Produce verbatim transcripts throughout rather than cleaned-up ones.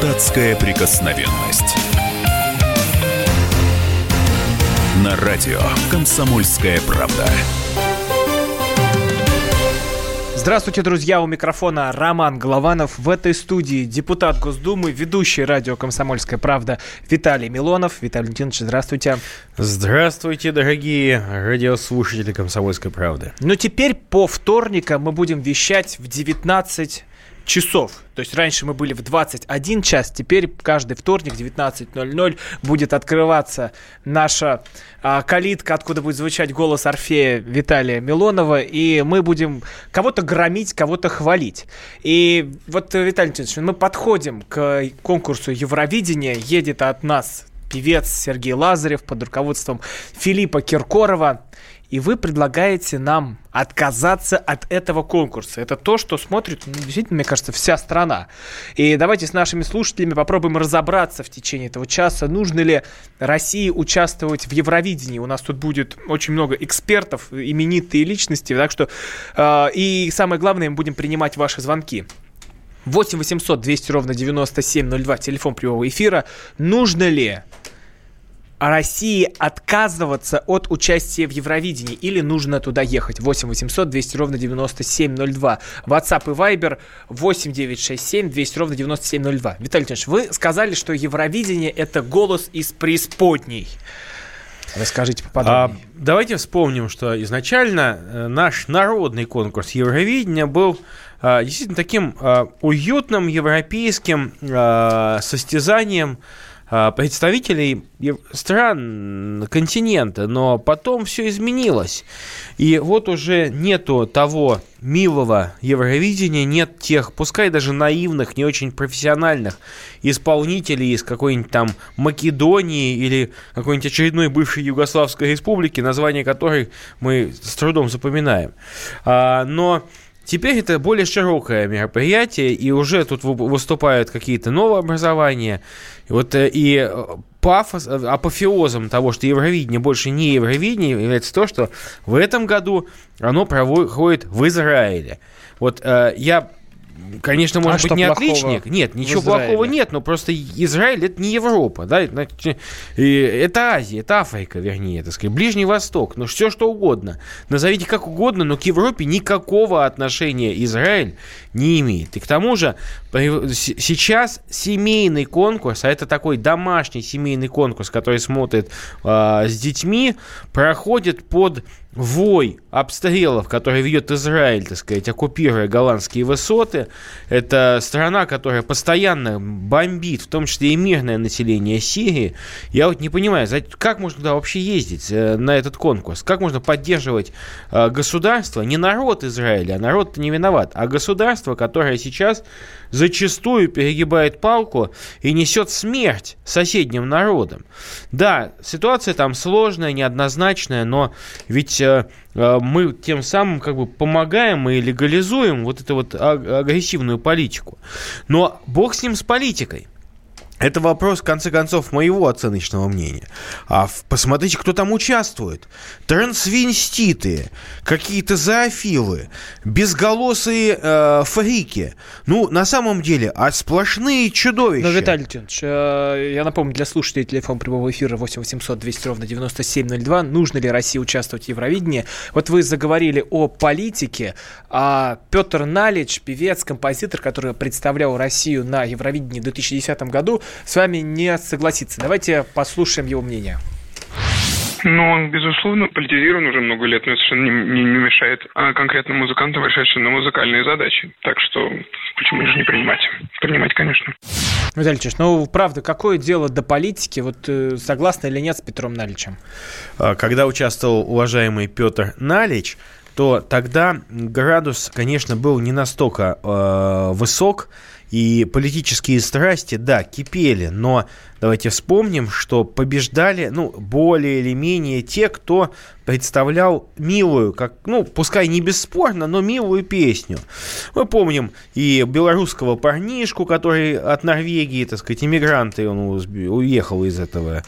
Депутатская прикосновенность. На радио «Комсомольская правда». Здравствуйте, друзья, у микрофона Роман Голованов. В этой студии депутат Госдумы, ведущий радио «Комсомольская правда» Виталий Милонов. Виталий Валентинович, здравствуйте. Здравствуйте, дорогие радиослушатели «Комсомольской правды». Ну, теперь по вторникам мы будем вещать в девятнадцать часов. То есть раньше мы были в двадцать один час, теперь каждый вторник в девятнадцать ноль ноль будет открываться наша а, калитка, откуда будет звучать голос Орфея Виталия Милонова, и мы будем кого-то громить, кого-то хвалить. И вот, Виталий Леонидович, мы подходим к конкурсу Евровидения, едет от нас певец Сергей Лазарев под руководством Филиппа Киркорова. И вы предлагаете нам отказаться от этого конкурса. Это то, что смотрит, ну, действительно, мне кажется, вся страна. И давайте с нашими слушателями попробуем разобраться в течение этого часа, нужно ли России участвовать в Евровидении. У нас тут будет очень много экспертов, именитые личности. Так что, э, и самое главное, мы будем принимать ваши звонки. восемь восемьсот двести ровно девяносто семь ноль два, телефон прямого эфира. Нужно ли России отказываться от участия в Евровидении или нужно туда ехать? восемь восемьсот двести ровно девяносто семь ноль два. WhatsApp и Viber восемь девятьсот шестьдесят семь двести ровно девяносто семь ноль два. Виталий Леонидович, вы сказали, что Евровидение — это голос из преисподней. Расскажите поподробнее. А, давайте вспомним, что изначально э, наш народный конкурс Евровидения был э, действительно таким э, уютным европейским э, состязанием представителей стран континента, но потом все изменилось. И вот уже нету того милого Евровидения, нет тех, пускай даже наивных, не очень профессиональных исполнителей из какой-нибудь там Македонии или какой-нибудь очередной бывшей Югославской республики, название которой мы с трудом запоминаем. Но теперь это более широкое мероприятие, и уже тут выступают какие-то новые образования. И вот и пафос, апофеозом того, что Евровидение больше не Евровидение, является то, что в этом году оно проходит в Израиле. Вот я, конечно, может а быть, не отличник. Нет, ничего плохого нет, но просто Израиль — это не Европа, да, это Азия, это Африка, вернее, так сказать, Ближний Восток, ну все что угодно. Назовите как угодно, но к Европе никакого отношения Израиль не имеет. И к тому же сейчас семейный конкурс, а это такой домашний семейный конкурс, который смотрит э, с детьми, проходит под вой обстрелов, который ведет Израиль, так сказать, оккупируя голландские высоты. Это страна, которая постоянно бомбит, в том числе и мирное население Сирии. Я вот не понимаю, как можно туда вообще ездить на этот конкурс? Как можно поддерживать государство, не народ Израиля, а народ-то не виноват, а государство, которое сейчас зачастую перегибает палку и несет смерть соседним народам. Да, ситуация там сложная, неоднозначная, но ведь э, мы тем самым как бы помогаем и легализуем вот эту вот агрессивную политику. Но бог с ним, с политикой. Это вопрос, в конце концов, моего оценочного мнения. А посмотрите, кто там участвует. Трансвеститы, какие-то зоофилы, безголосые э, фрики. Ну, на самом деле, а сплошные чудовища. Но, Виталий Леонидович, э, я напомню, для слушателей телефон прямого эфира восемь восемьсот двести ровно девяносто семь ноль два. Нужно ли России участвовать в Евровидении? Вот вы заговорили о политике. А Петр Налич, певец, композитор, который представлял Россию на Евровидении в две тысячи десятом году, с вами не согласится. Давайте послушаем его мнение. Ну, он, безусловно, политизирован уже много лет, но это совершенно не, не, не мешает а конкретным музыкантам решать совершенно музыкальные задачи. Так что почему же не принимать? Принимать, конечно. Виталий Ильич, ну, правда, какое дело до политики? Вот э, согласны или нет с Петром Наличем? Когда участвовал уважаемый Петр Налич, то тогда градус, конечно, был не настолько э, высок, и политические страсти, да, кипели, но давайте вспомним, что побеждали, ну, более или менее те, кто представлял милую, как, ну, пускай не бесспорно, но милую песню. Мы помним и белорусского парнишку, который от Норвегии, так сказать, иммигранты, он уехал из этого,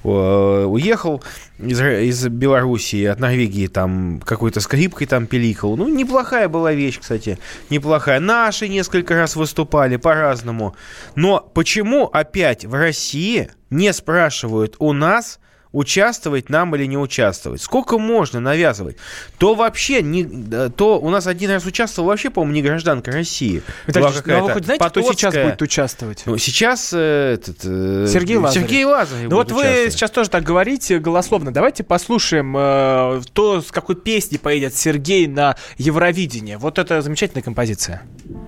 уехал из, из Белоруссии, от Норвегии, там, какой-то скрипкой там пиликал. Ну, неплохая была вещь, кстати, неплохая. Наши несколько раз выступали понимали по-разному. Но почему опять в России не спрашивают у нас, участвовать нам или не участвовать? Сколько можно навязывать? То вообще, не, то у нас один раз участвовал вообще, по-моему, не гражданка России. Виталий, ну, а вы хоть знаете, Потоцкая... кто сейчас будет участвовать? Ну, сейчас э, этот, э, Сергей Лазарев. Сергей Лазарев ну вот вы сейчас тоже так говорите голословно. Давайте послушаем э, то, с какой песни поедет Сергей на Евровидение. Вот это замечательная композиция.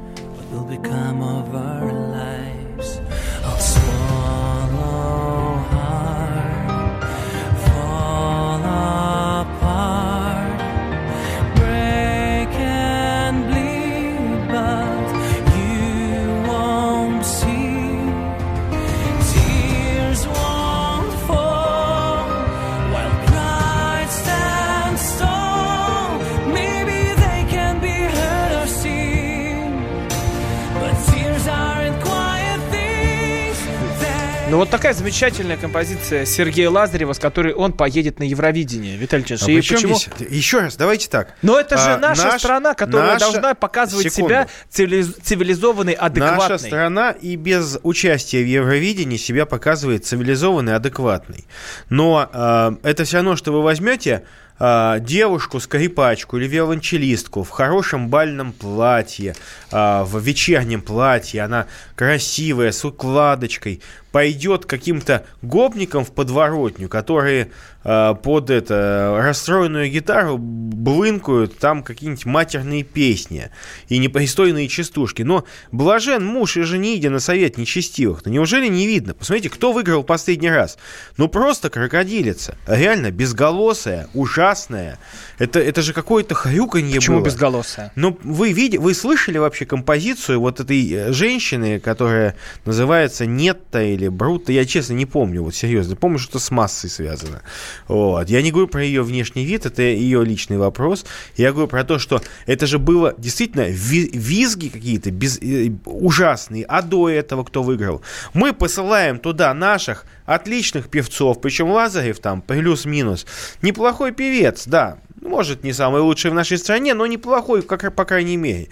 Ну вот такая замечательная композиция Сергея Лазарева, с которой он поедет на Евровидение. Виталий Ильич, а и почему? Здесь? Еще раз, давайте так. Но это же а, наша наш, страна, которая наша... должна показывать Секунду. себя цивилиз... цивилизованной, адекватной. Наша страна и без участия в Евровидении себя показывает цивилизованной, адекватной. Но э, это все равно, что вы возьмете э, девушку-скрипачку или виолончелистку в хорошем бальном платье, э, в вечернем платье, она красивая, с укладочкой, пойдет каким-то гопникам в подворотню, которые э, под это, расстроенную гитару блынкают там какие-нибудь матерные песни и непристойные частушки. Но блажен муж и женидя на совет нечестивых. Ну неужели не видно? Посмотрите, кто выиграл последний раз. Ну просто крокодилица. Реально безголосая, ужасная. Это, это же какое-то хрюканье Почему было. Почему безголосая? Ну вы, види, вы слышали вообще композицию вот этой женщины, которая называется «Нетта» или Брута, я честно не помню, вот серьезно, помню, что с массой связано. Вот. Я не говорю про ее внешний вид, это ее личный вопрос. Я говорю про то, что это же было действительно визги какие-то без, э, ужасные, а до этого кто выиграл? Мы посылаем туда наших отличных певцов, причем Лазарев там плюс-минус, неплохой певец, да, может, не самый лучший в нашей стране, но неплохой, как, по крайней мере.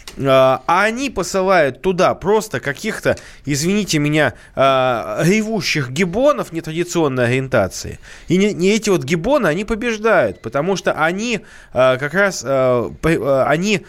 А они посылают туда просто каких-то, извините меня, ревущих гиббонов нетрадиционной ориентации. И не, не эти вот гиббоны, они побеждают, потому что они как раз они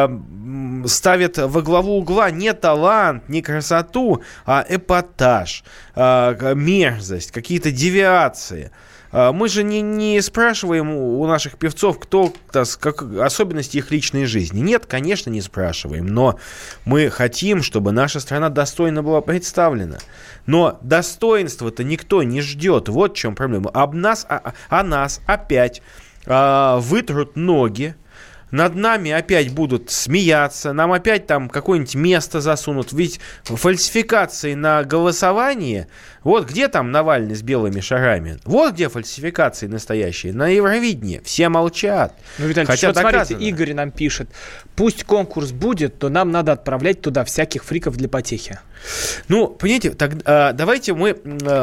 ставят во главу угла не талант, не красоту, а эпатаж, мерзость, какие-то девиации. Мы же не, не спрашиваем у наших певцов, кто, как, особенности их личной жизни. Нет, конечно, не спрашиваем, но мы хотим, чтобы наша страна достойно была представлена. Но достоинства-то никто не ждет. Вот в чем проблема. Об нас, о, о нас опять а, вытрут ноги. Над нами опять будут смеяться, нам опять там какое-нибудь место засунут. Ведь фальсификации на голосование, вот где там Навальный с белыми шарами, вот где фальсификации настоящие, на Евровидении. Все молчат. Ну, Виталий, хотя вот доказано. Смотрите, Игорь нам пишет, пусть конкурс будет, то нам надо отправлять туда всяких фриков для потехи. Ну, понимаете, так, а, давайте мы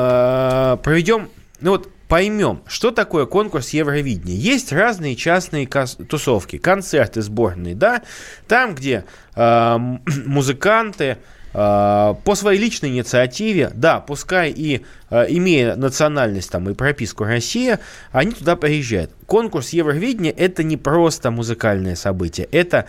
а, проведем, ну вот, поймем, что такое конкурс Евровидения. Есть разные частные кос- тусовки, концерты сборные, да, там, где э, музыканты э, по своей личной инициативе, да, пускай и э, имея национальность там, и прописку Россия, они туда приезжают. Конкурс Евровидения – это не просто музыкальное событие, это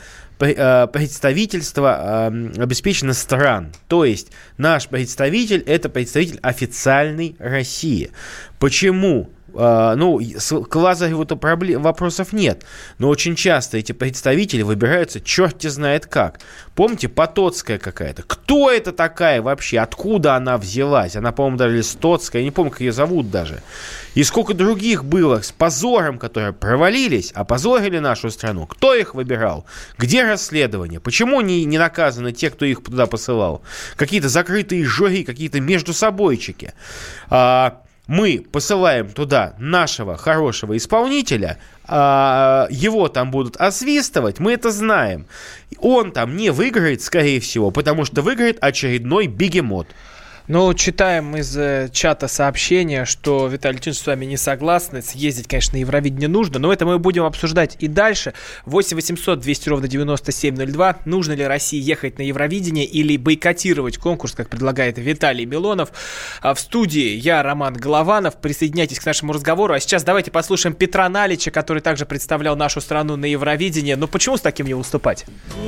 представительство э, обеспечено стран. То есть наш представитель – это представитель официальной России. Почему? Э, ну, к Лазареву-то проблем, вопросов нет. Но очень часто эти представители выбираются черти знает как. Помните, Потоцкая какая-то? Кто это такая вообще? Откуда она взялась? Она, по-моему, даже Листоцкая. Я не помню, как ее зовут даже. И сколько других было с позором, которые провалились, опозорили нашу страну. Кто их выбирал? Где расследование? Почему не, не наказаны те, кто их туда посылал? Какие-то закрытые жюри, какие-то междусобойчики. А, мы посылаем туда нашего хорошего исполнителя, а, его там будут освистывать, мы это знаем. Он там не выиграет, скорее всего, потому что выиграет очередной бегемот. Ну, читаем из э, чата сообщения, что Виталий Леонидович с вами не согласны. Съездить, конечно, на Евровидение нужно, но это мы будем обсуждать и дальше. восемь восемьсот двести ровно девяносто семь ноль два. Нужно ли России ехать на Евровидение или бойкотировать конкурс, как предлагает Виталий Милонов? А в студии я, Роман Голованов. Присоединяйтесь к нашему разговору. А сейчас давайте послушаем Петра Налича, который также представлял нашу страну на Евровидении. Но почему с таким не выступать?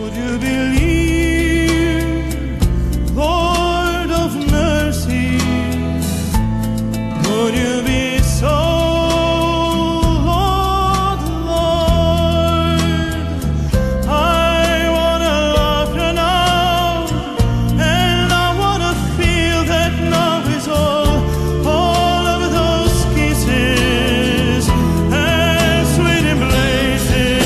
Would you be so, Lord, Lord? I wanna love you now, and I wanna feel that now is all, all of those kisses and sweet embraces.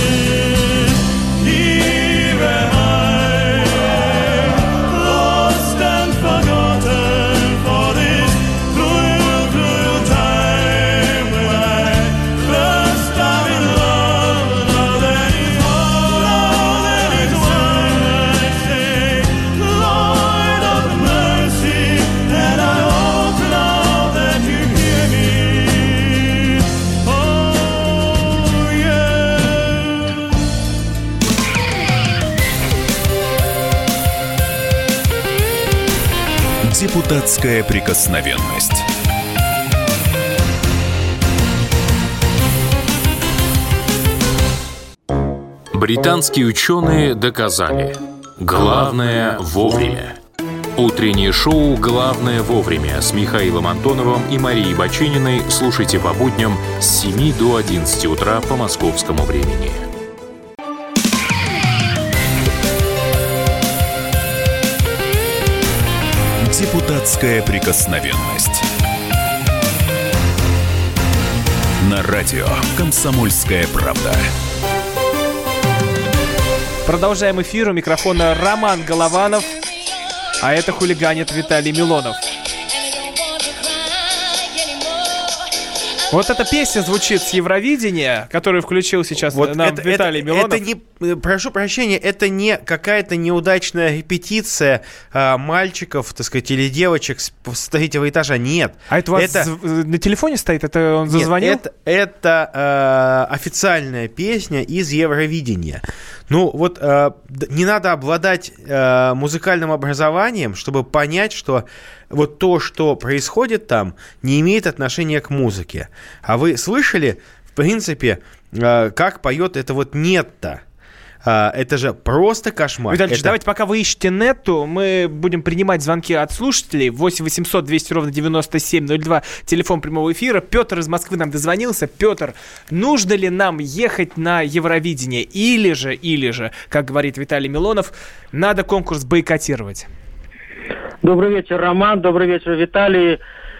Here am I, lost and forgotten for this cruel, cruel time when I first fell in love. Now that is all, now that is all I say. Lord of mercy, and I hope now that you hear me. Oh yeah. Депутатская прикосновенность. Британские ученые доказали: главное вовремя. Утреннее шоу «Главное вовремя» с Михаилом Антоновым и Марией Бачининой слушайте по будням с семи до одиннадцати утра по московскому времени. Депутатская прикосновенность. На радио «Комсомольская правда». Продолжаем эфир. У микрофона Роман Голованов. А это хулиганит Виталий Милонов. Вот эта песня звучит с Евровидения, которую включил сейчас Вот нам это, Виталий это, Милонов. это не, прошу прощения, это не какая-то неудачная репетиция а, мальчиков, так сказать, или девочек с, с третьего этажа. Нет. А это у вас это... з- на телефоне стоит? Это он зазвонил? Нет, это, это а, официальная песня из Евровидения. Ну, вот а, не надо обладать а, музыкальным образованием, чтобы понять, что вот то, что происходит там, не имеет отношения к музыке. А вы слышали, в принципе, а, как поет это вот Нетта? А, это же просто кошмар. Виталий, это... давайте, пока вы ищете Нетту, мы будем принимать звонки от слушателей. восемь восемьсот двести ровно девяносто семь ноль два, телефон прямого эфира. Петр из Москвы нам дозвонился. Петр, нужно ли нам ехать на Евровидение? Или же, или же, как говорит Виталий Милонов, надо конкурс бойкотировать? Добрый вечер, Роман. Добрый вечер, Виталий.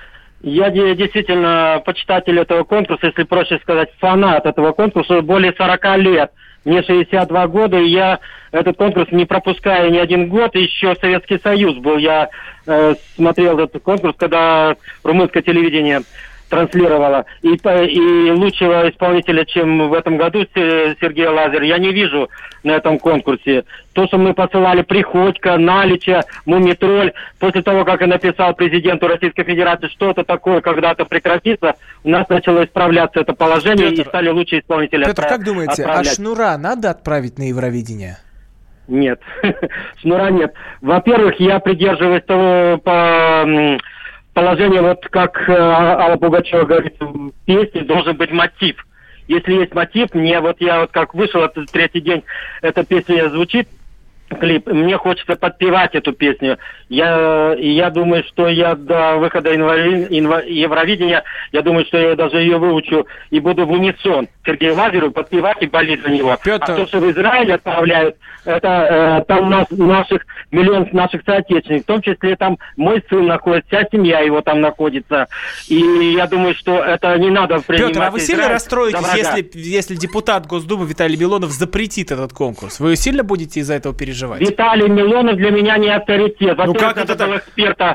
Я действительно почитатель этого конкурса, если проще сказать, фанат этого конкурса, более сорока лет. Мне шестьдесят два года, и я этот конкурс не пропускаю ни один год. Еще Советский Союз был. Я э, смотрел этот конкурс, когда румынское телевидение транслировало. И, и лучшего исполнителя, чем в этом году Сергея Лазаря, я не вижу на этом конкурсе. То, что мы посылали Приходько, Налича, Мумитроль, после того, как я написал президенту Российской Федерации, что это такое, когда-то прекратится, у нас начало исправляться это положение, Петр, и стали лучшие исполнители. Петр, отправ... как думаете, отправлять. а Шнура надо отправить на Евровидение? Нет, Шнура нет. Во-первых, я придерживаюсь того по... положение, вот как э, Алла Пугачева говорит в песне, должен быть мотив. Если есть мотив, мне вот я вот как вышел этот третий день, эта песня звучит, клип, мне хочется подпевать эту песню. Я, я думаю, что я до выхода инвари, инва, Евровидения, я думаю, что я даже ее выучу и буду в унисон Сергею Лазарю подпевать и болеть за него. Петр... А то, что в Израиле отправляют, это э, там нас, наших, миллион наших соотечественников, в том числе там мой сын находится, вся семья его там находится. И я думаю, что это не надо принимать. Петр, а вы сильно Израиль расстроитесь, если, если депутат Госдумы Виталий Милонов запретит этот конкурс? Вы сильно будете из-за этого переживать? Виталий Милонов для меня не авторитет. Ну Во-первых, как это от этого так? эксперта,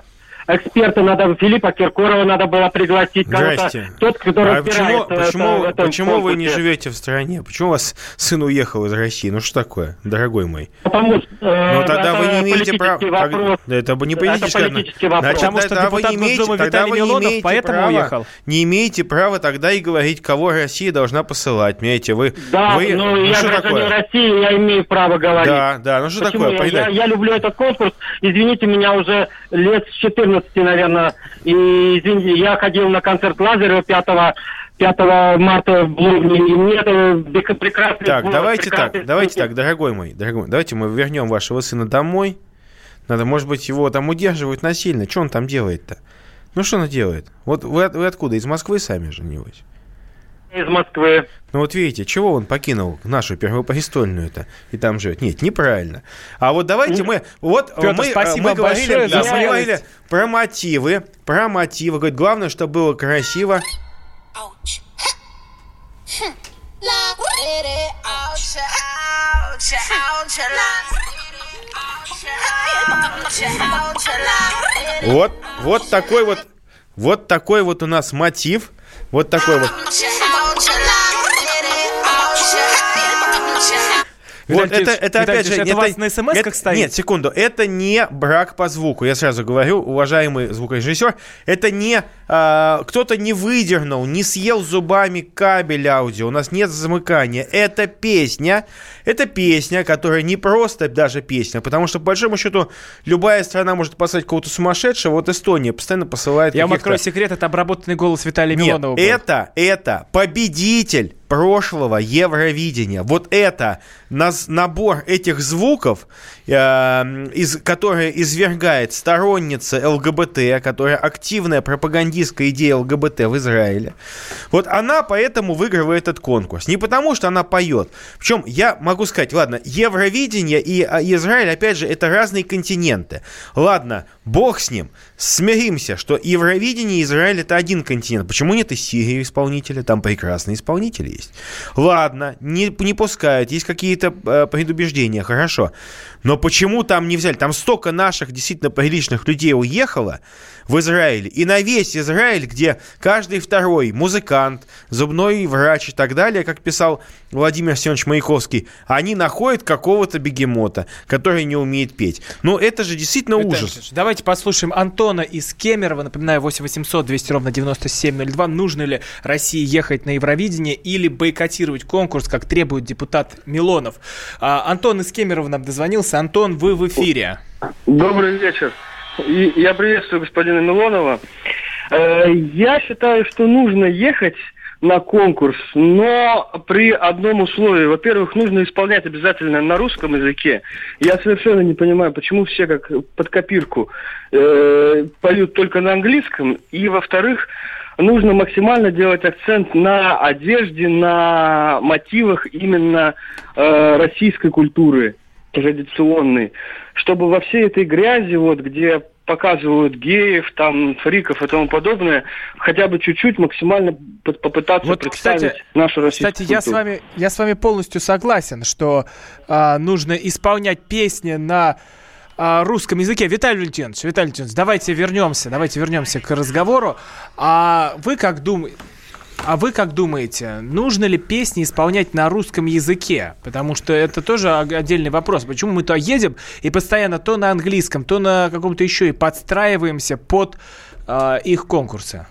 эксперта надо, Филиппа Киркорова надо было пригласить. Здрасте. Тот, который а почему, это, почему, в этом почему вы не конкурсе. живете в стране? Почему у вас сын уехал из России? Ну что такое, дорогой мой? Потому что э, Ну тогда вы не имеете права. Вопрос. Это бы не политический, это политический вопрос. Потому что тогда вы депутат не имеете, Госдумы тогда Виталий вы не Милонов имеете поэтому права, уехал. Не имеете права тогда и говорить, кого Россия должна посылать. Понимаете, вы. Да, вы, ну, ну я что гражданин такое? России, я имею право говорить. Да, да, ну что Почему? такое? Я, я, я люблю этот конкурс. Извините меня, уже лет с четырнадцати, наверное. И извините, я ходил на концерт Лазарева пятого марта в Лондоне. И мне это прекрасно. Так, давайте так, давайте так, дорогой мой, дорогой мой, давайте мы вернем вашего сына домой. Надо, может быть, его там удерживают насильно. Что он там делает-то? Ну, что он делает? Вот вы, вы откуда? Из Москвы сами же, небось? Из Москвы. Ну, вот видите, чего он покинул нашу Первопрестольную-то и там живет? Нет, неправильно. А вот давайте мы... Вот Петр, мы, спасибо мы говорили, большое да, за мы смелость. говорили про мотивы, про мотивы. Говорит, главное, чтобы было красиво. Вот, вот такой вот, вот такой вот у нас мотив, вот такой вот. Вот Виталий это, Ильич, это Виталий опять же... Ильич, это у вас на смс-ках это, стоит? Нет, секунду. Это не брак по звуку. Я сразу говорю, уважаемый звукорежиссер, это не... А, кто-то не выдернул, не съел зубами кабель аудио. У нас нет замыкания. Это песня. Это песня, которая не просто даже песня, потому что, по большому счету, любая страна может послать какого-то сумасшедшего. Вот Эстония постоянно посылает Я вам каких-то... открою секрет, это обработанный голос Виталия Нет, Милонова был. это, это победитель прошлого Евровидения. Вот это нас, набор этих звуков, э, из, которые извергает сторонница ЛГБТ, которая активная пропагандистская идея ЛГБТ в Израиле. Вот она поэтому выигрывает этот конкурс. Не потому, что она поет. Причем я могу сказать, ладно, Евровидение и Израиль, опять же, это разные континенты. Ладно, бог с ним. Смиримся, что Евровидение и Израиль это один континент. Почему нет и Сирии исполнителя? Там прекрасные исполнители есть. Ладно, не, не пускают, есть какие-то э, предубеждения, хорошо. Но почему там не взяли? Там столько наших действительно приличных людей уехало в Израиль. И на весь Израиль, где каждый второй музыкант, зубной врач и так далее, как писал Владимир Семенович Маяковский, они находят какого-то бегемота, который не умеет петь. Ну, это же действительно Виталий ужас. Ильич, давайте послушаем Антона из Кемерово. Напоминаю, восемь восемьсот двести ровно девяносто семь ноль два. Нужно ли России ехать на Евровидение или бойкотировать конкурс, как требует депутат Милонов? А, Антон из Кемерово нам дозвонился. Антон, вы в эфире. Добрый вечер. И я приветствую господина Милонова. Э, Я считаю, что нужно ехать на конкурс, но при одном условии. Во-первых, нужно исполнять обязательно на русском языке. Я совершенно не понимаю, почему все как под копирку э, поют только на английском. И, во-вторых, нужно максимально делать акцент на одежде, на мотивах именно э, российской культуры традиционной, чтобы во всей этой грязи, вот где показывают геев, там, фриков и тому подобное, хотя бы чуть-чуть максимально попытаться Вот, представить кстати, нашу российскую Кстати, я с культуру. вами, я с вами полностью согласен, что а, нужно исполнять песни на а, русском языке. Виталий Валентинович, Виталий Валентинович, давайте вернемся, давайте вернемся к разговору. А вы как думаете? А вы как думаете, нужно ли песни исполнять на русском языке? Потому что это тоже отдельный вопрос. Почему мы то едем и постоянно то на английском, то на каком-то еще и подстраиваемся под э, их конкурсы?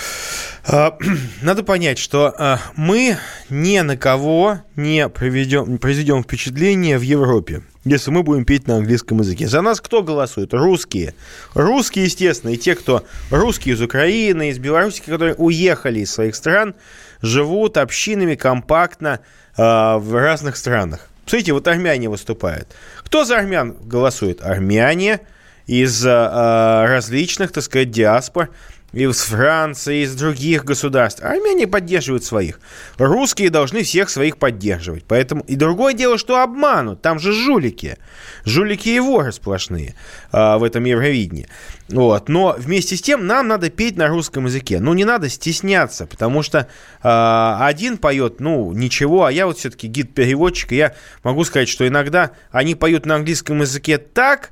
Надо понять, что мы ни на кого не произведем, произведем впечатление в Европе, если мы будем петь на английском языке. За нас кто голосует? Русские. Русские, естественно, и те, кто русские из Украины, из Беларуси, которые уехали из своих стран, живут общинами компактно э, в разных странах. Смотрите, вот армяне выступают. Кто за армян голосует? Армяне из э, различных, так сказать, диаспор. Из Франции, из других государств. Армяне поддерживают своих. Русские должны всех своих поддерживать. Поэтому... И другое дело, что обманут. Там же жулики. Жулики и воры сплошные а, в этом Евровидении. Вот. Но вместе с тем нам надо петь на русском языке. Ну, не надо стесняться, потому что а, один поет, ну, ничего, а я вот все-таки гид-переводчик, и я могу сказать, что иногда они поют на английском языке так,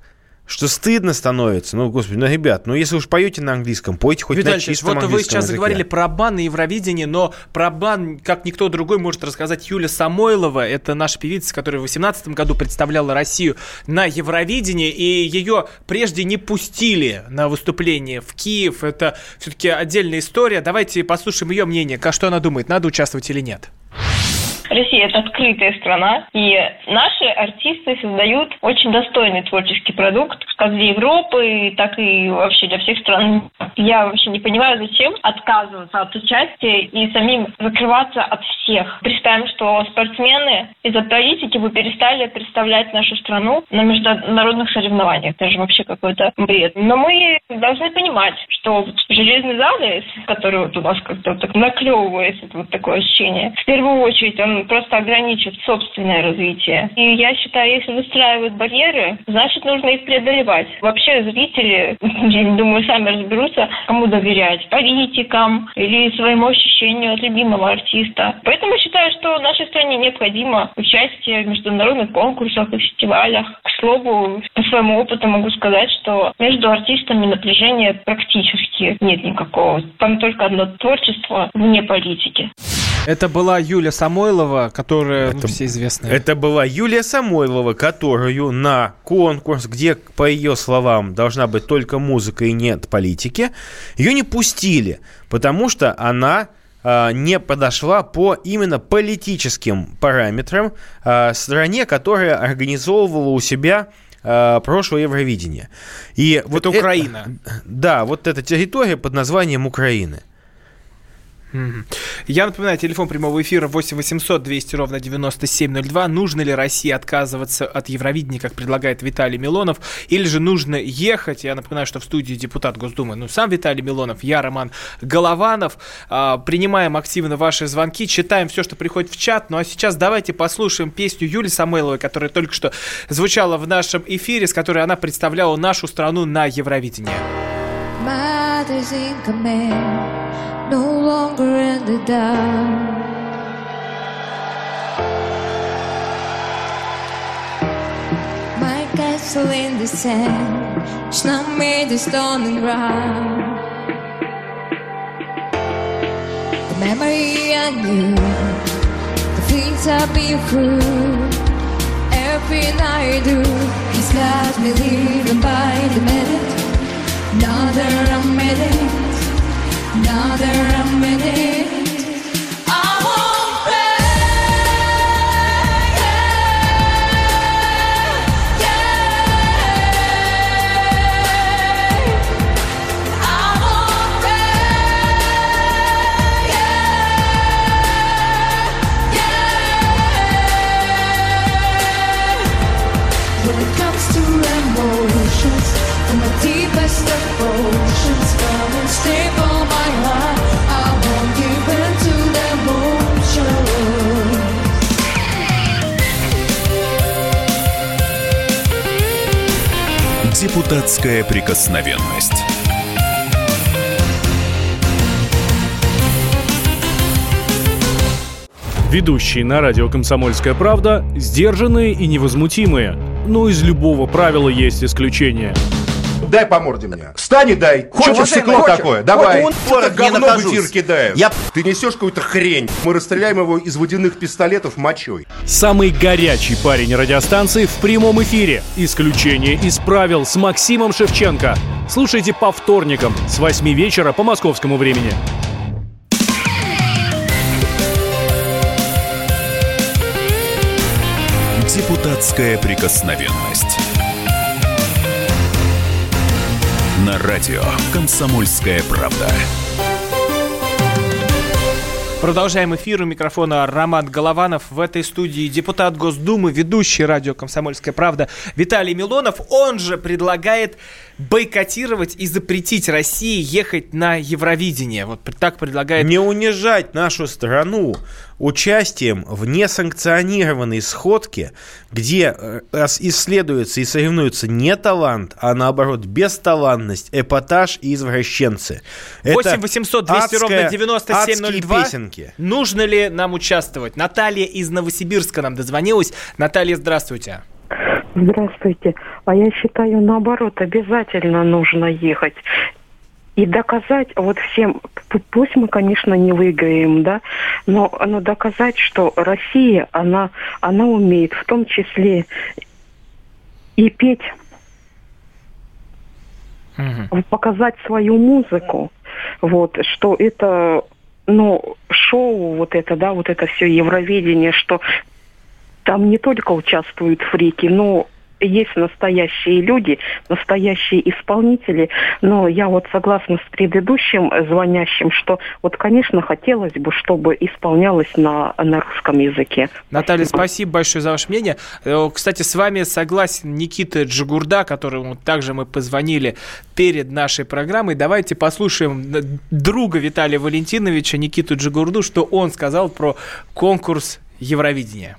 что стыдно становится. Ну, господи, ну, ребят, ну, если уж поете на английском, пойте хоть Виталий на чистом вот английском вы сейчас языке. заговорили про обман на Евровидении, но про обман, как никто другой, может рассказать Юля Самойлова. Это наша певица, которая в две тысячи восемнадцатом году представляла Россию на Евровидении, и ее прежде не пустили на выступление в Киев. Это все-таки отдельная история. Давайте послушаем ее мнение. Что она думает, надо участвовать или нет? Россия – это открытая страна, и наши артисты создают очень достойный творческий продукт, как для Европы, так и вообще для всех стран. Я вообще не понимаю, зачем отказываться от участия и самим закрываться от всех. Представим, что спортсмены из-за политики бы перестали представлять нашу страну на международных соревнованиях. Это же вообще какой-то бред. Но мы должны понимать, что в железной зале, который вот у нас как-то вот так наклевывается, вот такое ощущение, в первую очередь он просто ограничит собственное развитие. И я считаю, если выстраивают барьеры, значит, нужно их преодолевать. Вообще зрители, я думаю, сами разберутся, кому доверять. Политикам или своему ощущению от любимого артиста. Поэтому считаю, что нашей стране необходимо участие в международных конкурсах и фестивалях. К слову, по своему опыту могу сказать, что между артистами напряжения практически нет никакого. Там только одно творчество вне политики. Это была Юля Самойлова, которая, это, ну, все известная. Это была Юлия Самойлова, которую на конкурс, где, по ее словам, должна быть только музыка и нет политики, ее не пустили, потому что она э, не подошла по именно политическим параметрам э, стране, которая организовывала у себя э, прошлое Евровидение. И это вот Украина. Это, да, вот эта территория под названием Украины. Я напоминаю, телефон прямого эфира восемь восемьсот двести ровно девяносто семь ноль два. Нужно ли России отказываться от Евровидения, как предлагает Виталий Милонов, или же нужно ехать? Я напоминаю, что в студии депутат Госдумы, ну, сам Виталий Милонов, я, Роман Голованов. А, принимаем активно ваши звонки, читаем все, что приходит в чат. Ну, а сейчас давайте послушаем песню Юли Самойловой, которая только что звучала в нашем эфире, с которой она представляла нашу страну на Евровидении. No longer in the dark. My castle in the sand, it's not made of stone and rock. The memory I knew, the things I've been through, everything I do, has got me living by the minute. Another a minute. Another a minute, I won't beg, yeah, yeah. I won't beg, yeah, yeah. When it comes to emotions, from the deepest of oceans, come and staple my heart. I won't give in to the emotions. Депутатская прикосновенность. Ведущие на радио «Комсомольская правда» сдержанные и невозмутимые. Но из любого правила есть исключение. Дай по морде мне. Встань и дай. Хочешь Чё, стекло хочешь? Такое? Давай. Он это говно в эфир кидает. Я... Ты несешь какую-то хрень. Мы расстреляем его из водяных пистолетов мочой. Самый горячий парень радиостанции в прямом эфире. Исключение из правил с Максимом Шевченко. Слушайте по вторникам с восьми вечера по московскому времени. Депутатская прикосновенность. На радио «Комсомольская правда». Продолжаем эфир. У микрофона Роман Голованов. В этой студии депутат Госдумы, ведущий радио «Комсомольская правда» Виталий Милонов. Он же предлагает бойкотировать и запретить России ехать на Евровидение. Вот так предлагает... Не унижать нашу страну участием в несанкционированной сходке, где исследуется и соревнуется не талант, а наоборот бесталанность, эпатаж и извращенцы. восемь восемьсот двести ровно девяносто семь ноль два. Песенки. Нужно ли нам участвовать? Наталья из Новосибирска нам дозвонилась. Наталья, здравствуйте. Здравствуйте. А я считаю, наоборот, обязательно нужно ехать. И доказать вот всем, пусть мы, конечно, не выиграем, да, но, но доказать, что Россия, она, она умеет в том числе и петь, угу. показать свою музыку, вот, что это, ну, шоу, вот это, да, вот это все Евровидение, что там не только участвуют фрики, но есть настоящие люди, настоящие исполнители, но я вот согласна с предыдущим звонящим, что вот, конечно, хотелось бы, чтобы исполнялось на, на русском языке. Наталья, спасибо большое за ваше мнение. Кстати, с вами согласен Никита Джигурда, которому также мы позвонили перед нашей программой. Давайте послушаем друга Виталия Валентиновича, Никиту Джигурду, что он сказал про конкурс Евровидения.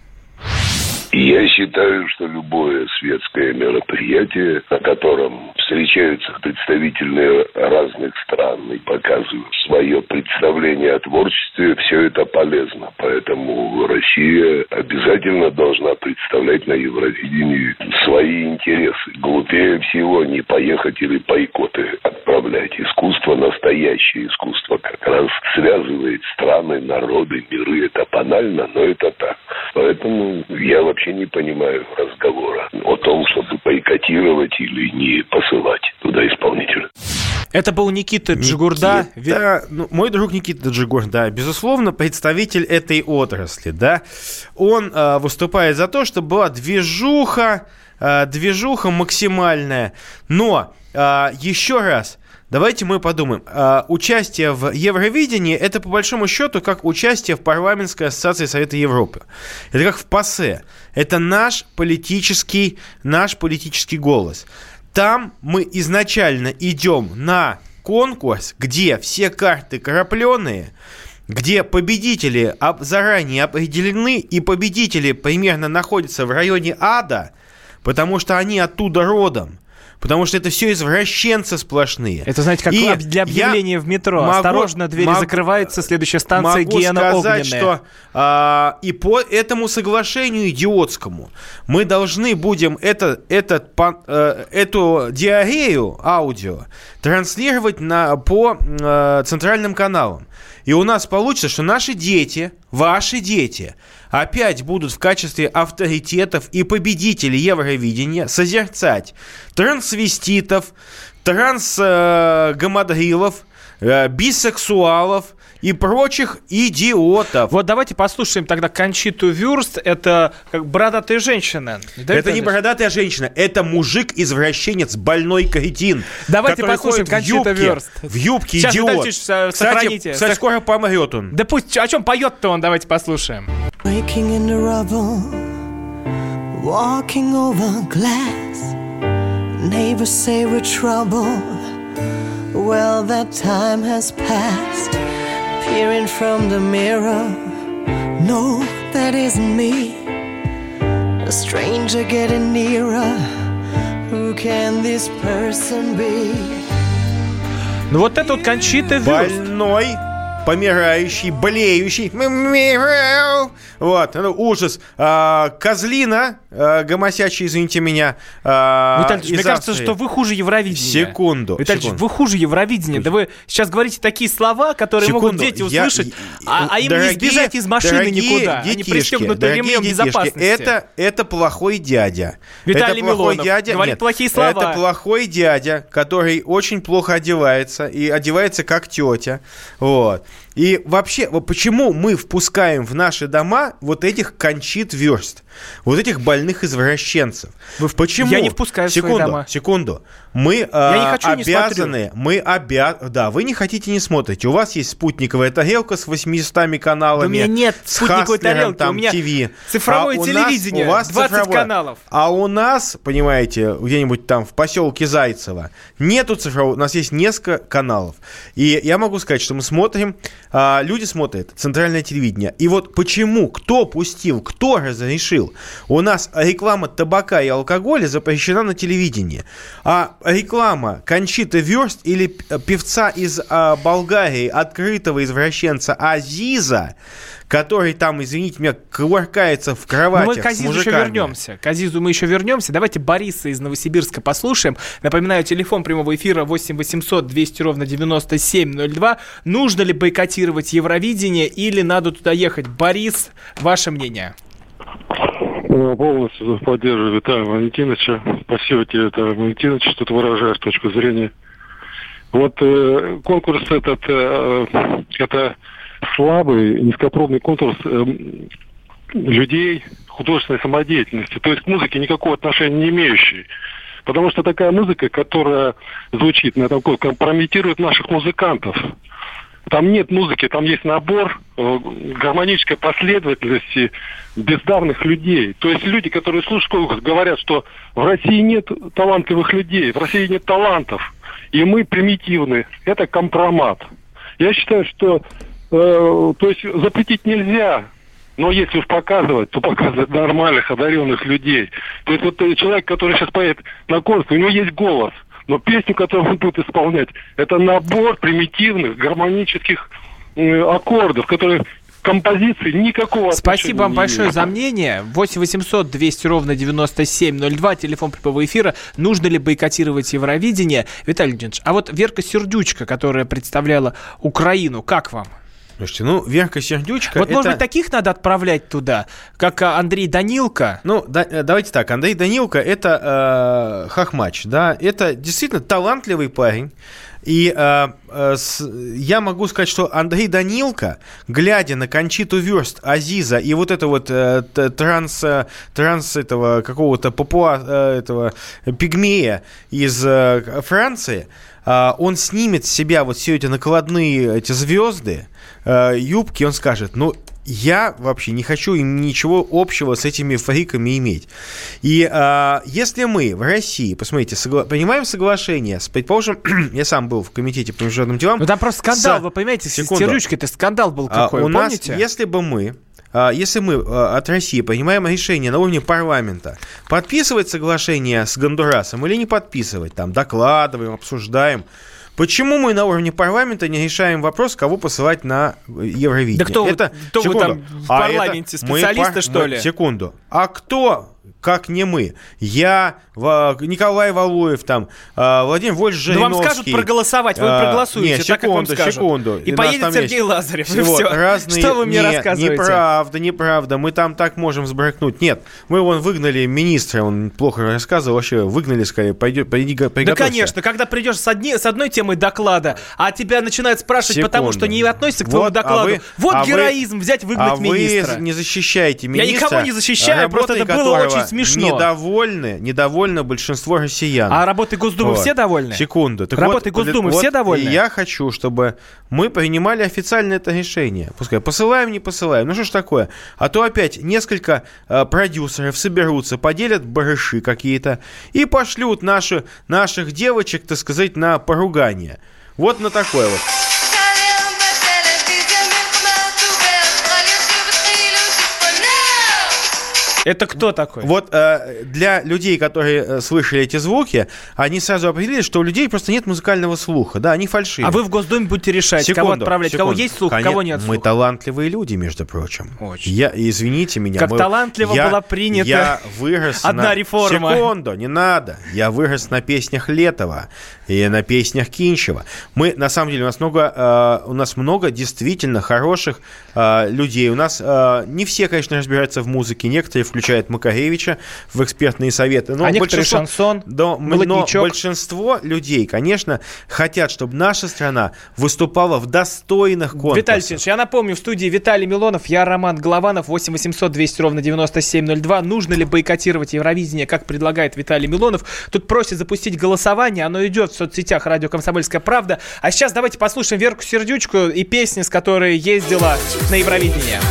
Я считаю, что любое светское мероприятие, на котором встречаются представители разных стран и показывают свое представление о творчестве, все это полезно. Поэтому Россия обязательно должна представлять на Евровидении свои интересы. Глупее всего не поехать или бойкоты отправлять. Искусство, настоящее искусство, как раз связывает страны, народы, миры. Это банально, но это так. Поэтому я вообще не понимаю разговора о том, чтобы бойкотировать или не посылать туда исполнителя. Это был Никита Джигурда. Да, ну, мой друг Никита Джигурда, безусловно, представитель этой отрасли, да. Он э, выступает за то, чтобы была движуха, э, движуха максимальная. Но э, еще раз, давайте мы подумаем. Э, участие в Евровидении – это, по большому счету, как участие в парламентской ассоциации Совета Европы. Это как в ПАСЕ. Это наш политический, наш политический голос. Там мы изначально идем на конкурс, где все карты крапленые, где победители заранее определены, и победители примерно находятся в районе ада, потому что они оттуда родом. Потому что это все извращенцы сплошные. Это, знаете, как и для объявления в метро. Могу, Осторожно, двери могу, закрываются, следующая станция Гиена Огненная. Могу сказать, что а, и по этому соглашению идиотскому мы должны будем это, этот, по, а, эту диарею аудио транслировать на, по а, центральным каналам. И у нас получится, что наши дети, ваши дети, опять будут в качестве авторитетов и победителей Евровидения созерцать трансвеститов, трансгомодрилов, э, бисексуалов и прочих идиотов. Вот давайте послушаем тогда Кончиту Вюрст. Это как бородатая женщина. Да, это не бородатая женщина, это мужик-извращенец, больной кретин. Давайте послушаем Кончиту Вюрст. В юбке Сейчас, идиот. Сейчас, сохраните. Кстати, скоро помрет он. Да пусть, о чем поет-то он, давайте послушаем. Waking in the rubble, walking over glass. Neighbors say we're trouble. Well, that time has passed. Peering from the mirror, no, that isn't me. A stranger getting nearer. Who can this person be? Ну вот это вот Кончита Вюрст. Больной, помирающий, болеющий. Вот, ну, ужас. А, козлина, а, гомосячий, извините меня. А, Виталий, мне кажется, что вы хуже Евровидения. Секунду. Виталий, секунду. вы хуже Евровидения. Да вы сейчас говорите такие слова, которые секунду. могут дети услышать, я, а, а им дорогие, не сбежать из машины никуда. Детишки, Они пристегнуты ремнем безопасности. Это, это плохой дядя. Виталий это плохой Милонов дядя. говорит Нет, плохие слова. Это плохой дядя, который очень плохо одевается и одевается как тетя. Вот. И вообще, почему мы впускаем в наши дома вот этих Кончит Вюрст, вот этих больных извращенцев? Вы, почему? Я не впускаю секунду, в свои дома. Секунду. Мы я э, не хочу, обязаны, не мы обязаны, да, вы не хотите, не смотрите. У вас есть спутниковая тарелка с восьмистами каналами. У меня нет спутниковой тарелки, там, у меня ТВ. цифровое а телевидение, у, нас, у вас двадцать цифровое. каналов. А у нас, понимаете, где-нибудь там в поселке Зайцево нету цифрового, у нас есть несколько каналов. И я могу сказать, что мы смотрим, а, люди смотрят центральное телевидение. И вот почему, кто пустил, кто разрешил? У нас реклама табака и алкоголя запрещена на телевидении. А реклама Кончиты Вюрст или певца из а, Болгарии, открытого извращенца Азиза, который там, извините меня, кувыркается в кроватях ну, мы к Азизу еще вернемся. К Азизу мы еще вернемся. Давайте Бориса из Новосибирска послушаем. Напоминаю, телефон прямого эфира восемь восемьсот двести ровно девяносто семь ноль два. Нужно ли бойкотировать Евровидение или надо туда ехать? Борис, ваше мнение? Полностью поддерживаю Виталия Валентиновича. Спасибо тебе, Виталий Валентинович, что ты выражаешь точку зрения. Вот э, конкурс этот, э, это слабый, низкопробный конкурс э, людей художественной самодеятельности, то есть к музыке никакого отношения не имеющий. Потому что такая музыка, которая звучит на такой, компрометирует наших музыкантов. Там нет музыки, там есть набор э, гармонической последовательности бездарных людей. То есть люди, которые слушают, говорят, что в России нет талантливых людей, в России нет талантов, и мы примитивны. Это компромат. Я считаю, что э, то есть запретить нельзя, но если уж показывать, то показывать нормальных, одаренных людей. То есть вот человек, который сейчас поет на конкурсе, у него есть голос. Но песню, которую он будет исполнять, это набор примитивных гармонических э, аккордов, которые композиции никакого отношения. Спасибо вам большое имеют. За мнение. восемь восемьсот двести ровно девяносто семь ноль два, телефон прямого эфира. Нужно ли бойкотировать Евровидение? Виталий Леонидович, а вот Верка Сердючка, которая представляла Украину, как вам? Слушайте, ну, Верка Сердючка... Вот, это... может быть, таких надо отправлять туда, как Андрей Данилко? Ну, да, давайте так. Андрей Данилко — это э, хохмач, да, это действительно талантливый парень. И э, э, с, я могу сказать, что Андрей Данилко, глядя на Кончиту Вюрст, Азиза и вот это вот э, транс, транс этого какого-то папуа, э, этого пигмея из э, Франции, э, он снимет с себя вот все эти накладные эти звезды, э, юбки, он скажет, ну, я вообще не хочу им ничего общего с этими фриками иметь. И э, если мы в России, посмотрите, согла- принимаем соглашение с, предположим, я сам был в комитете по международным делам. Ну там просто скандал, с... вы понимаете, с Сердючкой это скандал был какой, а, вы у помните? Нас, если бы мы, а, если мы а, от России принимаем решение на уровне парламента, подписывать соглашение с Гондурасом или не подписывать, там докладываем, обсуждаем. Почему мы на уровне парламента не решаем вопрос, кого посылать на Евровидение? Да кто, это, кто вы там в парламенте, а специалисты, мы, что мы, ли? Секунду. А кто, как не мы? Я, Николай Валуев, там, Владимир Вольфович Жириновский. Ну, вам скажут проголосовать, вы а, проголосуете, нет, так, секунду, как вам скажут. секунду. И, и поедет Сергей есть... Лазарев, и все. Разные... Что вы мне нет, рассказываете? Неправда, неправда, мы там так можем сбрыкнуть. Нет, мы вон выгнали министра, он плохо рассказывал, вообще выгнали, скорее, пойдет, пойди, приготовься. Да, конечно, когда придешь с, одни, с одной темой доклада, а тебя начинают спрашивать, секунду. Потому что не относится к твоему вот, докладу. А вы, вот а героизм, вы, взять, выгнать а министра. А вы не защищаете министра. Я никого не защищаю, просто это было очень смешно. Недовольны, недовольно большинство россиян. А работой Госдумы вот. Все довольны? Секунду. Так работой вот, Госдумы вот, все довольны? Я хочу, чтобы мы принимали официально это решение. Пускай посылаем, не посылаем. Ну что ж такое? А то опять несколько э, продюсеров соберутся, поделят барыши какие-то и пошлют наши, наших девочек, так сказать, на поругание. Вот на такое вот. Это кто такой? Вот э, для людей, которые э, слышали эти звуки, они сразу определили, что у людей просто нет музыкального слуха. Да, они фальшивые. А вы в Госдуме будете решать, секунду, кого отправлять, секунду. Кого есть слух, Конечно, кого нет слуха. Мы талантливые люди, между прочим. Очень. Я, извините меня. Как мы, талантливо я, была принята я вырос одна на... реформа. Секунду, не надо. Я вырос на песнях Летова и на песнях Кинчева. Мы, на самом деле, у нас много, э, у нас много действительно хороших э, людей. У нас э, не все, конечно, разбираются в музыке. Некоторые включают Макаревича в экспертные советы. Но а некоторые шансон, но, но большинство людей, конечно, хотят, чтобы наша страна выступала в достойных конкурсах. Виталий Ильич, я напомню, в студии Виталий Милонов, я Роман Голованов, восемь восемьсот двести ровно девяносто семь ноль два. Нужно ли бойкотировать Евровидение, как предлагает Виталий Милонов? Тут просят запустить голосование, оно идет в соцсетях «Радио Комсомольская правда». А сейчас давайте послушаем Верку Сердючку и песни, с которой ездила на Евровидение.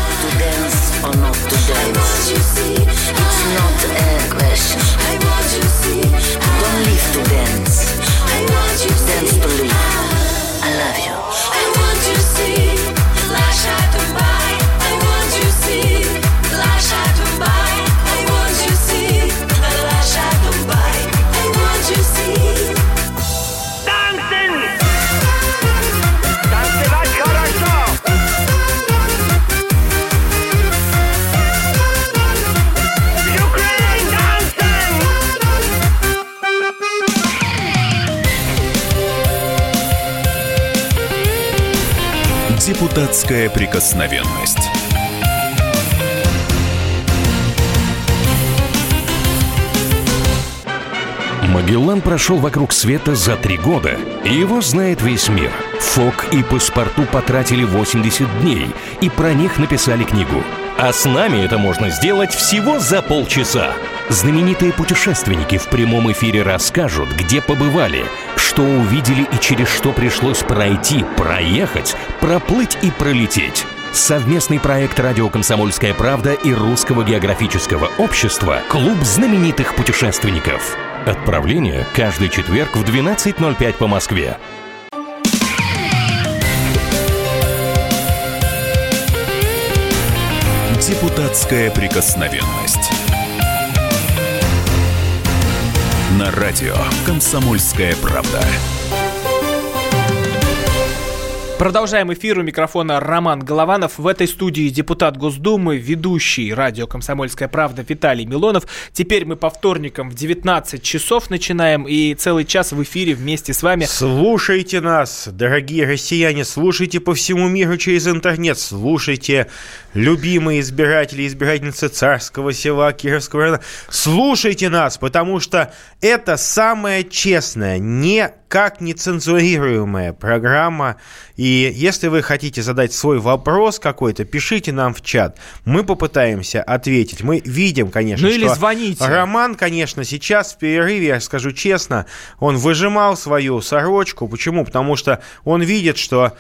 Депутатская прикосновенность. Магеллан прошел вокруг света за три года, и его знает весь мир. Фок и Паспарту потратили восемьдесят дней, и про них написали книгу. А с нами это можно сделать всего за полчаса. Знаменитые путешественники в прямом эфире расскажут, где побывали, что увидели и через что пришлось пройти, проехать, проплыть и пролететь. Совместный проект «Радио Комсомольская правда» и Русского географического общества «Клуб знаменитых путешественников». Отправление каждый четверг в двенадцать ноль пять по Москве. Депутатская прикосновенность. На радио «Комсомольская правда». Продолжаем эфир. У микрофона Роман Голованов. В этой студии депутат Госдумы, ведущий радио «Комсомольская правда» Виталий Милонов. Теперь мы по вторникам в девятнадцать часов начинаем, и целый час в эфире вместе с вами. Слушайте нас, дорогие россияне, слушайте по всему миру через интернет, слушайте любимые избиратели и избирательницы Царского Села, Кировского района. Слушайте нас, потому что это самая честная, никак не цензурируемая программа. И если вы хотите задать свой вопрос какой-то, пишите нам в чат. Мы попытаемся ответить. Мы видим, конечно, ну, или что звоните. Роман, конечно, сейчас в перерыве, я скажу честно, он выжимал свою сорочку. Почему? Потому что он видит, что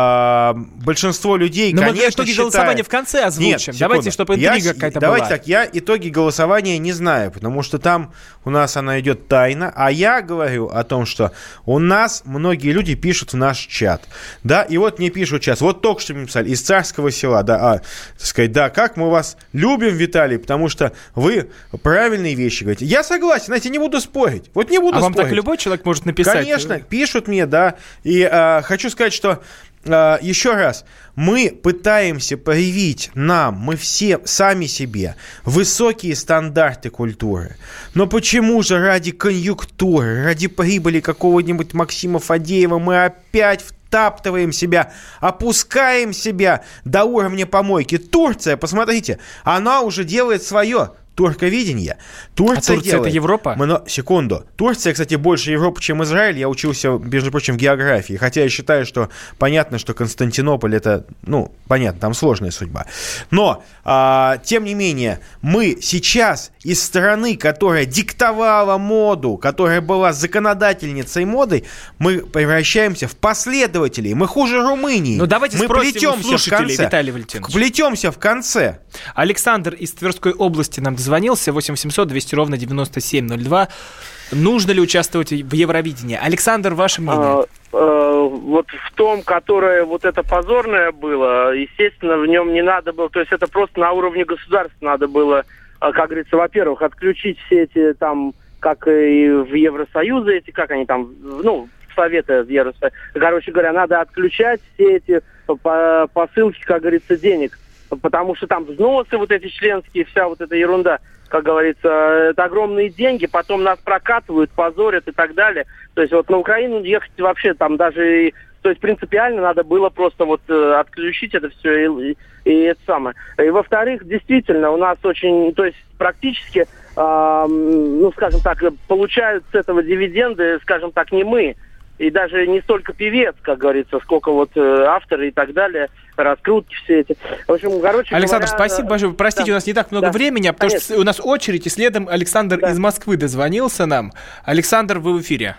э, большинство людей, Но конечно, мы итоги считают... голосования в конце озвучим. Нет, секунду. Давайте, чтобы интрига я, какая-то давайте была. так, я итоги голосования не знаю, потому что там у нас она идет тайно, а я говорю о том, что у нас многие люди пишут в наш чат. Да, и вот мне пишут сейчас, вот только что мне писали, из Царского Села, да, а, так сказать, да, как мы вас любим, Виталий, потому что вы правильные вещи говорите. Я согласен, знаете, не буду спорить, вот не буду а спорить. А вам так любой человек может написать? Конечно, пишут мне, да, и а, хочу сказать, что а, еще раз, мы пытаемся проявить нам, мы все сами себе, высокие стандарты культуры. Но почему же ради конъюнктуры, ради прибыли какого-нибудь Максима Фадеева мы опять втаптываем себя, опускаем себя до уровня помойки? Турция, посмотрите, она уже делает свое. Турковидение. Турция, а Турция делает... это Европа? Мно... Секунду. Турция, кстати, больше Европы, чем Израиль. Я учился, между прочим, в географии. Хотя я считаю, что понятно, что Константинополь это, ну, понятно, там сложная судьба. Но, а, тем не менее, мы сейчас из страны, которая диктовала моду, которая была законодательницей моды, мы превращаемся в последователей. Мы хуже Румынии. Ну, давайте мы спросим у слушателей, Виталий Валентинович. Плетемся в конце. Александр из Тверской области нам дозвонился. восемь восемьсот двести ровно девяносто семь ноль два. Нужно ли участвовать в Евровидении? Александр, ваше мнение? А, а, вот в том, которое вот это позорное было, естественно, в нем не надо было, то есть это просто на уровне государства надо было, как говорится, во-первых, отключить все эти там, как и в Евросоюзе, эти, как они там, ну, Советы в Евросоюзе. Короче говоря, надо отключать все эти посылки, как говорится, денег. Потому что там взносы вот эти членские, вся вот эта ерунда, как говорится, это огромные деньги, потом нас прокатывают, позорят и так далее. То есть вот на Украину ехать вообще там даже, то есть принципиально надо было просто вот э, отключить это все и, и, и это самое. И во-вторых, действительно, у нас очень, то есть практически, э, ну скажем так, получают с этого дивиденды, скажем так, не мы. И даже не столько певец, как говорится, сколько вот э, авторы и так далее, раскрутки все эти. В общем, короче Александр, говоря, спасибо большое. Простите, да. у нас не так много да. времени, а потому Конечно. что у нас очередь, и следом Александр да. из Москвы дозвонился нам. Александр, вы в эфире.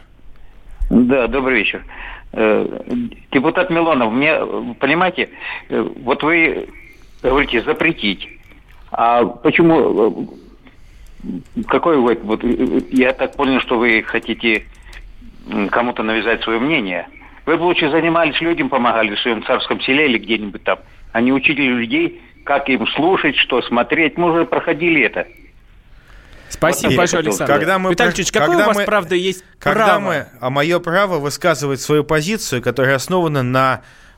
Да, добрый вечер. Депутат Милонов, мне, понимаете, вот вы говорите запретить. А почему, какой вы, вот, я так понял, что вы хотите кому-то навязать свое мнение. Вы бы лучше занимались, людям помогали в своем Царском Селе или где-нибудь там, а не учили людей, как им слушать, что смотреть. Мы уже проходили это. Спасибо вот большое, Александр. Когда мы, Виталий Ильич, какое когда у вас, мы, правда, есть когда право? Мы, а мое право высказывать свою позицию, которая основана на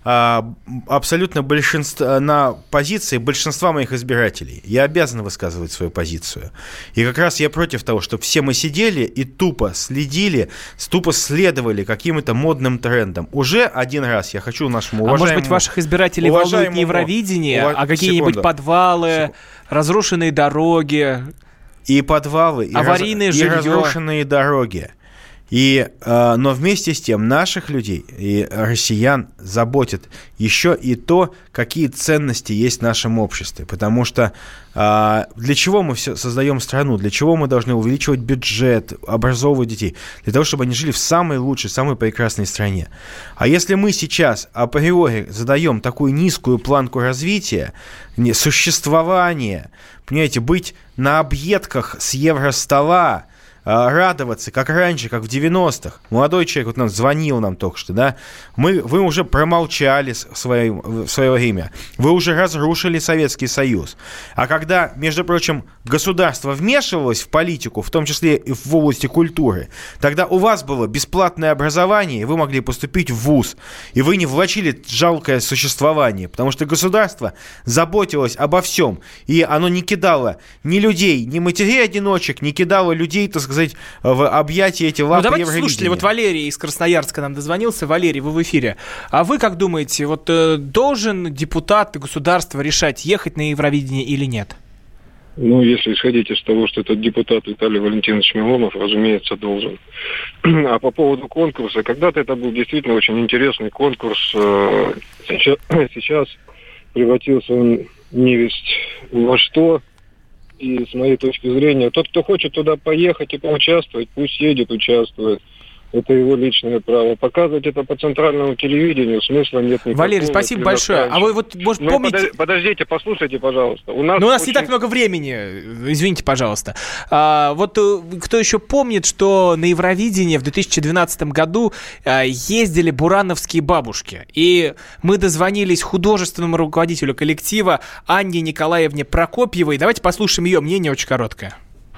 а, абсолютно большинство, на позиции большинства моих избирателей. Я обязан высказывать свою позицию. И как раз я против того, чтобы все мы сидели и тупо следили, тупо следовали каким-то модным трендам. Уже один раз я хочу нашему уважаемому... А может быть, ваших избирателей волнует не Евровидение, уваж... а какие-нибудь секунду. подвалы, секунду. разрушенные дороги... И подвалы, и, аварийное раз... жилье. и разрушенные дороги. И, э, но вместе с тем наших людей и россиян заботит еще и то, какие ценности есть в нашем обществе. Потому что э, для чего мы все создаем страну, для чего мы должны увеличивать бюджет, образовывать детей? Для того, чтобы они жили в самой лучшей, самой прекрасной стране. А если мы сейчас априори задаем такую низкую планку развития, существования, понимаете, быть на объедках с евростола, радоваться, как раньше, как в девяностых. Молодой человек вот нам звонил нам только что, да, мы, вы уже промолчали в свое, в свое время, вы уже разрушили Советский Союз. А когда, между прочим, государство вмешивалось в политику, в том числе и в области культуры, тогда у вас было бесплатное образование, и вы могли поступить в вуз, и вы не влачили жалкое существование, потому что государство заботилось обо всем, и оно не кидало ни людей, ни матерей-одиночек, не кидало людей, так сказать, сказать, в объятия эти лапы Евровидения. Ну, давайте, Евровидения. слушатели, вот Валерий из Красноярска нам дозвонился. Валерий, вы в эфире. А вы как думаете, вот э, должен депутат государства решать, ехать на Евровидение или нет? Ну, если исходить из того, что этот депутат Виталий Валентинович Милонов, разумеется, должен. А по поводу конкурса, когда-то это был действительно очень интересный конкурс. Сейчас, сейчас превратился он невесть во что. И с моей точки зрения, тот, кто хочет туда поехать и поучаствовать, пусть едет, участвует. Это его личное право. Показывать это по центральному телевидению смысла нет никакого. Валерий, спасибо большое. А вы вот, может, ну, помните... Подождите, послушайте, пожалуйста. У нас, Но у нас очень... не так много времени. Извините, пожалуйста. А, вот кто еще помнит, что на Евровидение в две тысячи двенадцатом году а, ездили бурановские бабушки. И мы дозвонились художественному руководителю коллектива Анне Николаевне Прокопьевой. Давайте послушаем ее мнение, очень короткое.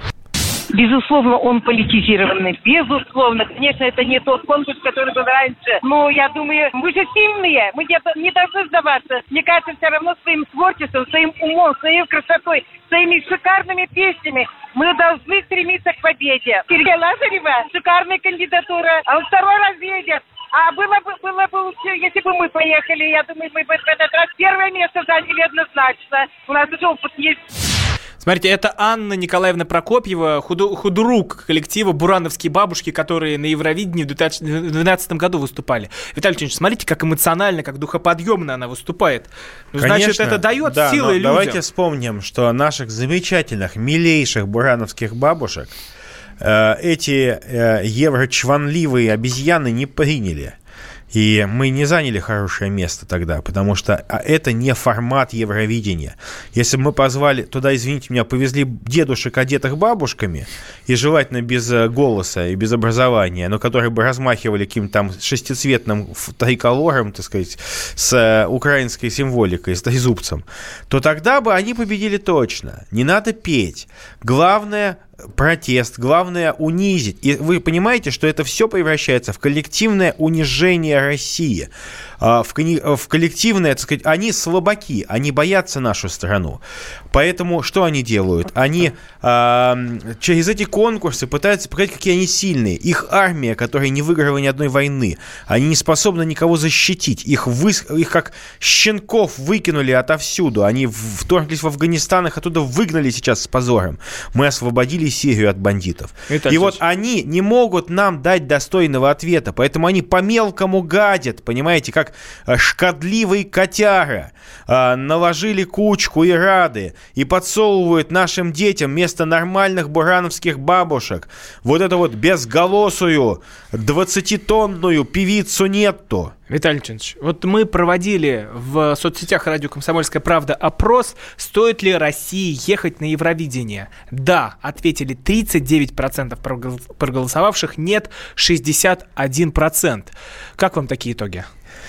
Безусловно, он политизированный. Безусловно. Конечно, это не тот конкурс, который был раньше. Но я думаю, мы же сильные. Мы не, не должны сдаваться. Мне кажется, все равно своим творчеством, своим умом, своей красотой, своими шикарными песнями мы должны стремиться к победе. Сергей Лазарева, шикарная кандидатура. А он второй раз едет. А было бы, было бы лучше, если бы мы поехали. Я думаю, мы бы в этот раз первое место заняли однозначно. У нас уже опыт есть. Смотрите, это Анна Николаевна Прокопьева, худу, худрук коллектива «Бурановские бабушки», которые на Евровидении в две тысячи двенадцатом году выступали. Виталий Леонидович, смотрите, как эмоционально, как духоподъемно она выступает. Конечно, значит, это дает да, силы людям. Давайте вспомним, что наших замечательных, милейших бурановских бабушек э, эти э, еврочванливые обезьяны не приняли. И мы не заняли хорошее место тогда, потому что это не формат Евровидения. Если бы мы позвали туда, извините меня, повезли дедушек, одетых бабушками, и желательно без голоса и без образования, но которые бы размахивали каким-то там шестицветным триколором, так сказать, с украинской символикой, с трезубцем, то тогда бы они победили точно. Не надо петь. Главное — протест, главное — унизить. И вы понимаете, что это все превращается в коллективное унижение России. В коллективное, так сказать, они слабаки, они боятся нашу страну. Поэтому что они делают? Они а, через эти конкурсы пытаются показать, какие они сильные. Их армия, которая не выиграла ни одной войны, они не способны никого защитить. Их, вы, их как щенков выкинули отовсюду. Они вторглись в Афганистан, их оттуда выгнали сейчас с позором. Мы освободили Сирию от бандитов. Это И вот они не могут нам дать достойного ответа, поэтому они по-мелкому гадят, понимаете, как шкодливый котяра. Наложили кучку и рады и подсовывают нашим детям вместо нормальных бурановских бабушек вот эту вот безголосую двадцатитонную певицу Нетту. Виталий Леонидович, вот мы проводили в соцсетях радио «Комсомольская правда» опрос, стоит ли России ехать на Евровидение. Да, ответили тридцать девять процентов проголосовавших, нет, шестьдесят один процент. Как вам такие итоги?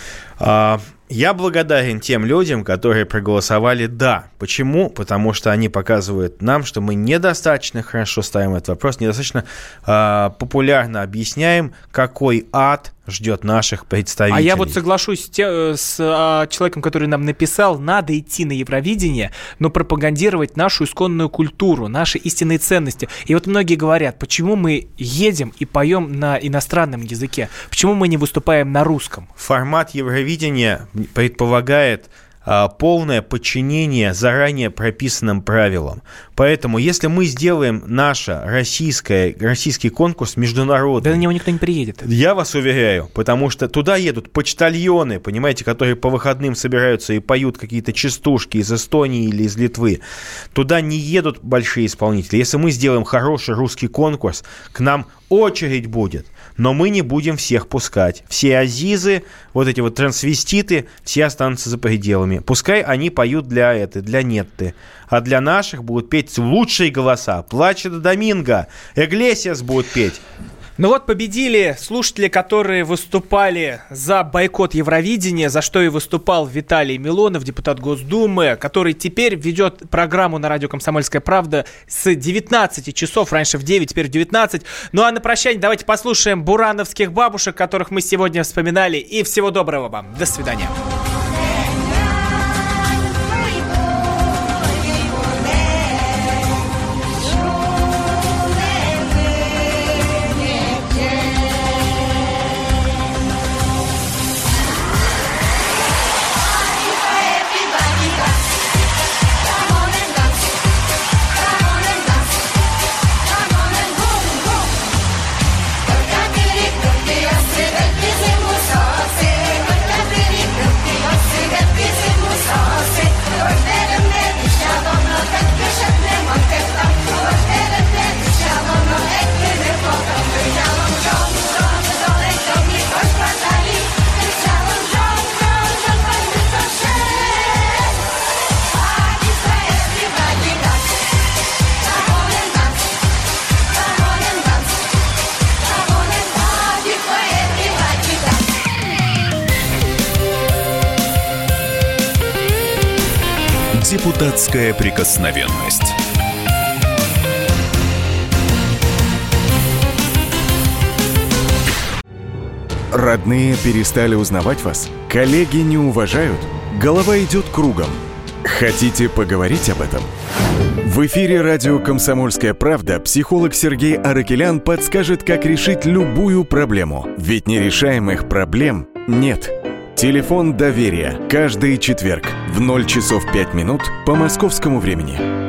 Я благодарен тем людям, которые проголосовали «да». Почему? Потому что они показывают нам, что мы недостаточно хорошо ставим этот вопрос, недостаточно э, популярно объясняем, какой ад ждет наших представителей. А я вот соглашусь с, те, с а, человеком, который нам написал, надо идти на Евровидение, но пропагандировать нашу исконную культуру, наши истинные ценности. И вот многие говорят, почему мы едем и поем на иностранном языке, почему мы не выступаем на русском? Формат Евровидения предполагает полное подчинение заранее прописанным правилам. Поэтому, если мы сделаем наш российский, российский конкурс международный... Да на него никто не приедет. Я вас уверяю, потому что туда едут почтальоны, понимаете, которые по выходным собираются и поют какие-то частушки из Эстонии или из Литвы. Туда не едут большие исполнители. Если мы сделаем хороший русский конкурс, к нам очередь будет. Но мы не будем всех пускать. Все азизы, вот эти вот трансвеститы, все останутся за пределами. Пускай они поют для этой, для Нетты. А для наших будут петь лучшие голоса. Плачет Доминго, Иглесиас будут петь. Ну вот победили слушатели, которые выступали за бойкот Евровидения, за что и выступал Виталий Милонов, депутат Госдумы, который теперь ведет программу на радио «Комсомольская правда» с девятнадцати часов, раньше в девять, теперь в девятнадцать. Ну а на прощание давайте послушаем бурановских бабушек, которых мы сегодня вспоминали, и всего доброго вам. До свидания. Депутатская прикосновенность. Родные перестали узнавать вас? Коллеги не уважают? Голова идет кругом. Хотите поговорить об этом? В эфире радио «Комсомольская правда» психолог Сергей Аракелян подскажет, как решить любую проблему. Ведь нерешаемых проблем нет. Телефон доверия. Каждый четверг в ноль часов пять минут по московскому времени.